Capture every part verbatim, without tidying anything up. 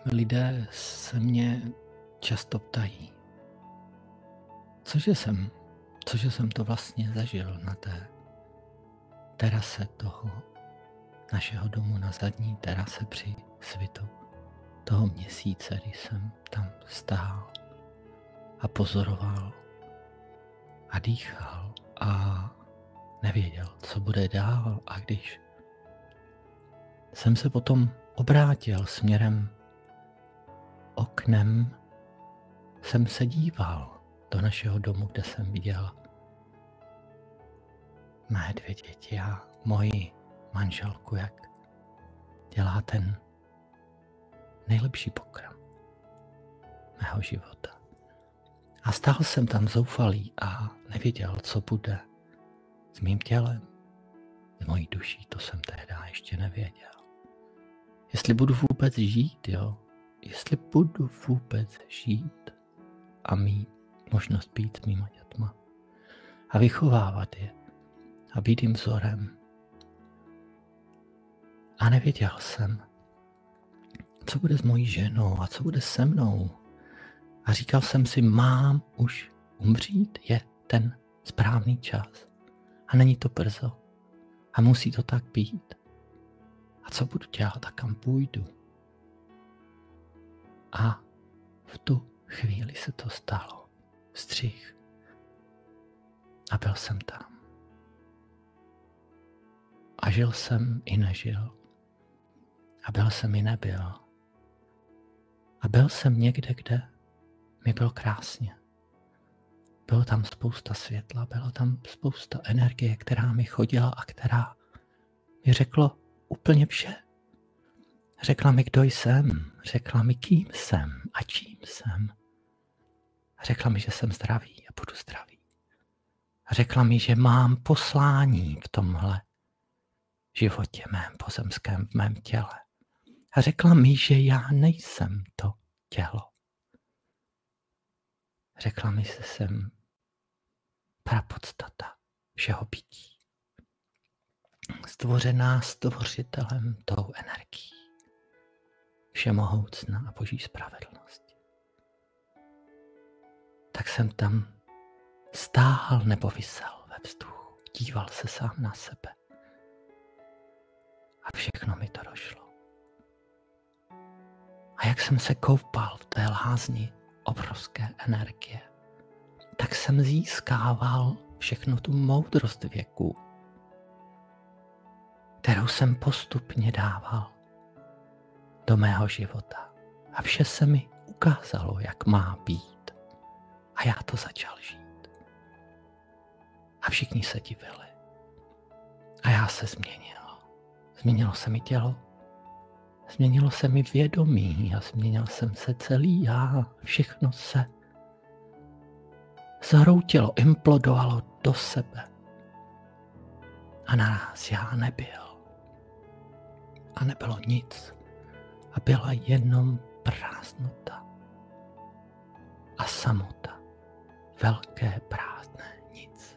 Lidé se mě často ptají, cože jsem, cože jsem to vlastně zažil na té terase toho našeho domu, na zadní terase při svitu toho měsíce, když jsem tam stál a pozoroval a dýchal a nevěděl, co bude dál. A když jsem se potom obrátil směrem oknem, jsem se díval do našeho domu, kde jsem viděl mé dvě děti a moji manželku, jak dělá ten nejlepší pokrm mého života. A stál jsem tam zoufalý a nevěděl, co bude s mým tělem, s mojí duší, to jsem tehdy ještě nevěděl. Jestli budu vůbec žít, jo? Jestli budu vůbec žít a mít možnost být s mýma dětma a vychovávat je a být jim vzorem. A nevěděl jsem, co bude s mojí ženou a co bude se mnou. A říkal jsem si, mám už umřít, je ten správný čas. A není to brzo. A musí to tak být. A co budu dělat a kam půjdu? A v tu chvíli se to stalo. Střih. A byl jsem tam. A žil jsem i nežil. A byl jsem i nebyl. A byl jsem někde, kde mi bylo krásně. Bylo tam spousta světla, byla tam spousta energie, která mi chodila a která mi řeklo úplně vše. Řekla mi, kdo jsem, řekla mi, kým jsem a čím jsem. Řekla mi, že jsem zdravý a budu zdravý. Řekla mi, že mám poslání v tomhle životě mém pozemském, v mém těle. A řekla mi, že já nejsem to tělo. Řekla mi, že jsem prapodstata všeho bytí. Stvořená stvořitelem tou energií. Všemohoucná a boží spravedlnosti. Tak jsem tam stál nebo visel ve vzduchu. Díval se sám na sebe. A všechno mi to došlo. A jak jsem se koupal v té lázni obrovské energie, tak jsem získával všechnu tu moudrost věku, kterou jsem postupně dával do mého života. A vše se mi ukázalo, jak má být. A já to začal žít. A všichni se divili. A já se změnil. Změnilo se mi tělo. Změnilo se mi vědomí a změnil jsem se celý já. Všechno se zhroutilo, implodovalo do sebe. A naraz já nebyl. A nebylo nic. A byla jenom prázdnota. A samota. Velké prázdné nic.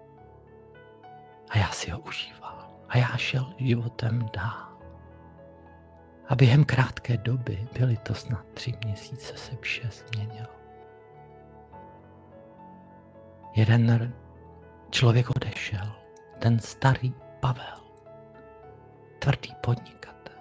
A já si ho užíval. A já šel životem dál. A během krátké doby, byly to snad tři měsíce, se vše změnilo. Jeden člověk odešel, ten starý Pavel, tvrdý podnikatel,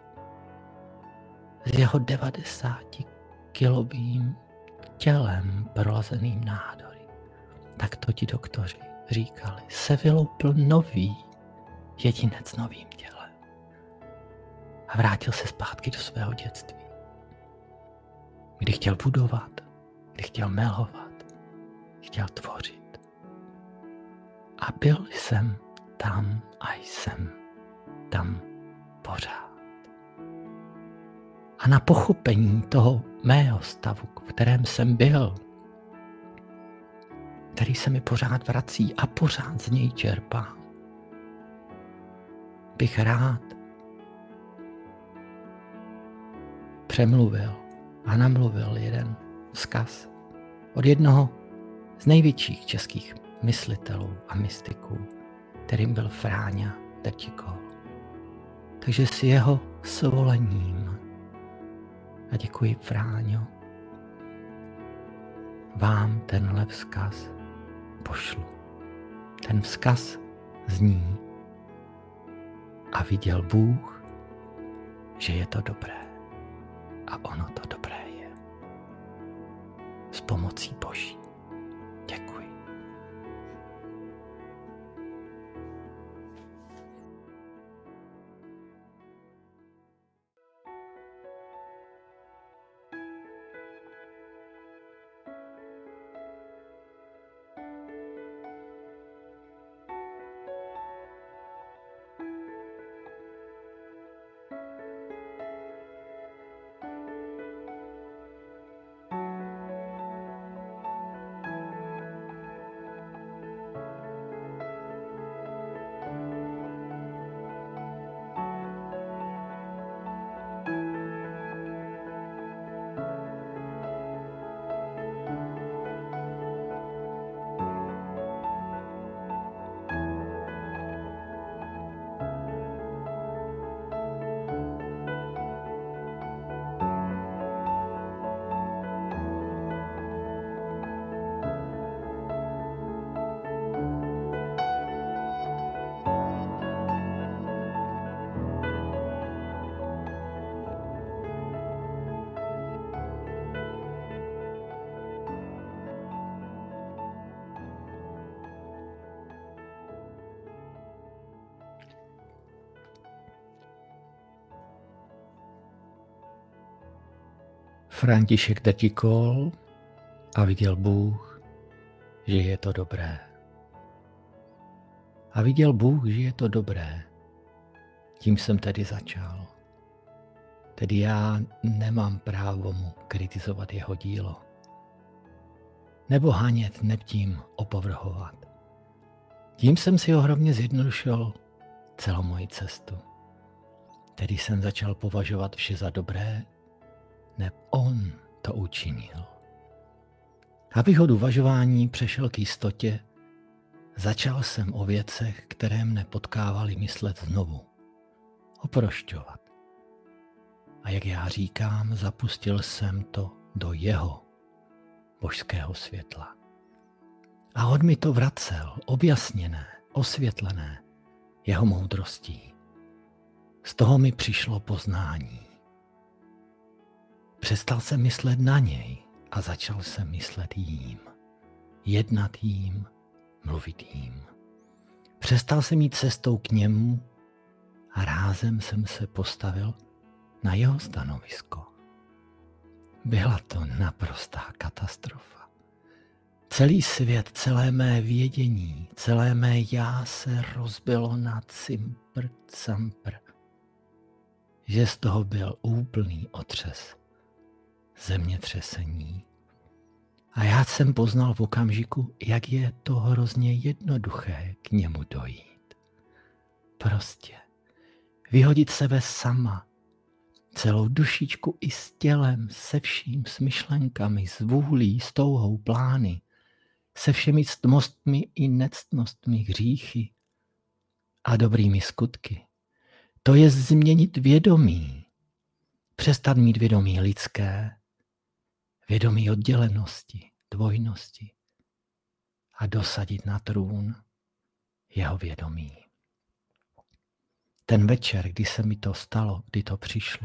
s jeho devadesátikilovým tělem prolazeným nádory. Tak to ti doktoři říkali, se vyloupil nový jedinec s novým tělem. A vrátil se zpátky do svého dětství. Kdy chtěl budovat, kdy chtěl milovat, chtěl tvořit. A byl jsem tam a jsem tam pořád. A na pochopení toho mého stavu, v kterém jsem byl, který se mi pořád vrací a pořád z něj čerpám, bych rád přemluvil a namluvil jeden vzkaz od jednoho z největších českých myslitelů a mystiků, kterým byl Fráňa Terčíkol. Takže s jeho svolením A děkuji, Fráňo. Vám tenhle vzkaz pošlu. Ten vzkaz zní: a viděl Bůh, že je to dobré. A ono to dobré je. S pomocí Boží. Děkuji. František Drtikol: a viděl Bůh, že je to dobré. A viděl Bůh, že je to dobré. Tím jsem tedy začal. Tedy já nemám právo mu kritizovat jeho dílo. Nebo hanět, neb tím opovrhovat. Tím jsem si ohromně zjednodušil celou moji cestu. Tedy jsem začal považovat vše za dobré, neb on to učinil. Abych od uvažování přešel k jistotě, začal jsem o věcech, které mne potkávaly, myslet znovu. Oprošťovat. A jak já říkám, zapustil jsem to do jeho božského světla. A on mi to vracel, objasněné, osvětlené, jeho moudrostí. Z toho mi přišlo poznání. Přestal jsem myslet na něj a začal jsem myslet jím. Jednat jím, mluvit jím. Přestal jsem jít cestou k němu a rázem jsem se postavil na jeho stanovisko. Byla to naprostá katastrofa. Celý svět, celé mé vědění, celé mé já se rozbilo na cimpr, campr, že z toho byl úplný otřes, zemětřesení. A já jsem poznal v okamžiku, jak je to hrozně jednoduché k němu dojít. Prostě vyhodit sebe sama, celou dušičku i s tělem, se vším, s myšlenkami, s vůlí, s touhou, plány, se všemi ctnostmi i nectnostmi, hříchy a dobrými skutky. To je změnit vědomí. Přestat mít vědomí lidské, vědomí oddělenosti, dvojnosti a dosadit na trůn jeho vědomí. Ten večer, kdy se mi to stalo, kdy to přišlo,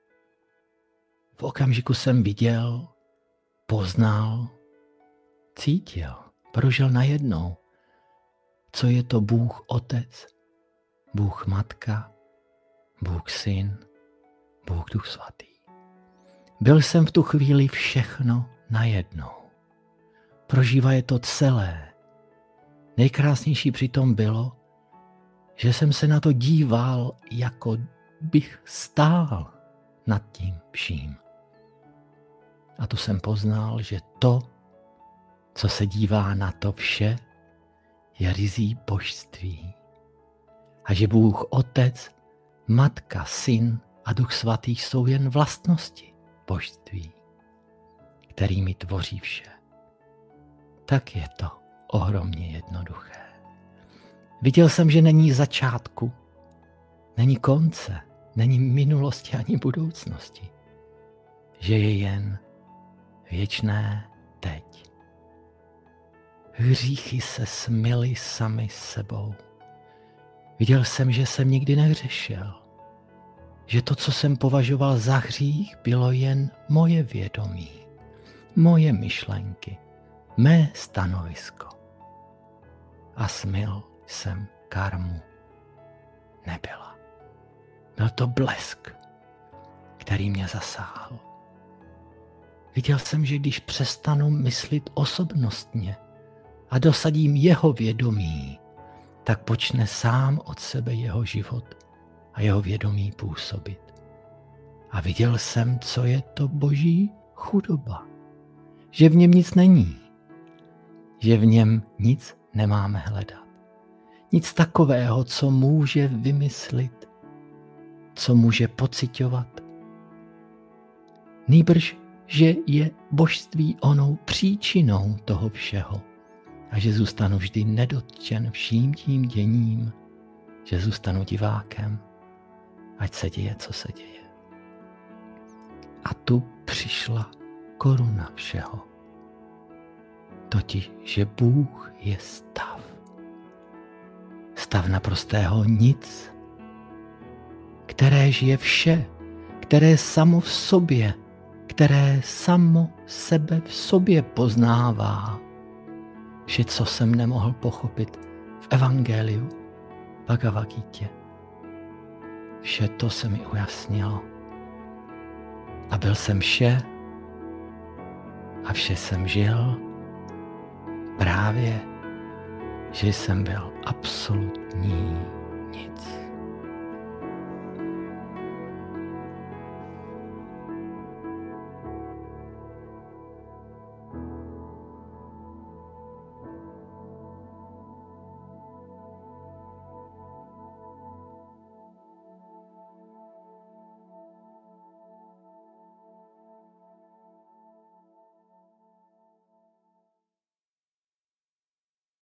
v okamžiku jsem viděl, poznal, cítil, prožil najednou, co je to Bůh Otec, Bůh Matka, Bůh Syn, Bůh Duch Svatý. Byl jsem v tu chvíli všechno najednou. Prožívá je to celé. Nejkrásnější přitom bylo, že jsem se na to díval, jako bych stál nad tím vším. A tu jsem poznal, že to, co se dívá na to vše, je rizí božství. A že Bůh Otec, Matka, Syn a Duch Svatý jsou jen vlastnosti božství, kterými tvoří vše. Tak je to ohromně jednoduché. Viděl jsem, že není začátku, není konce, není minulosti ani budoucnosti. že je jen věčné teď. Hříchy se smily sami sebou. Viděl jsem, že jsem nikdy nehřešil. Že to, co jsem považoval za hřích, bylo jen moje vědomí, moje myšlenky, mé stanovisko. A smyl jsem karmu. Nebyla. Byl to blesk, který mě zasáhl. Viděl jsem, že když přestanu myslit osobnostně a dosadím jeho vědomí, tak počne sám od sebe jeho život a jeho vědomí působit. A viděl jsem, co je to boží chudoba. Že v něm nic není. Že v něm nic nemáme hledat. Nic takového, co může vymyslit, co může pociťovat. Nýbrž, že je božství onou příčinou toho všeho a že zůstanu vždy nedotčen vším tím děním, že zůstanu divákem, ať se děje, co se děje. A tu přišla koruna všeho. Totiž, že Bůh je stav. Stav naprostého nic, které žije vše, které samo v sobě, které samo sebe v sobě poznává. Vše, co jsem nemohl pochopit v evangeliu Bhagavad Gitě. Vše to se mi ujasnilo. A byl jsem vše a vše jsem žil právě, že jsem byl absolutní nic.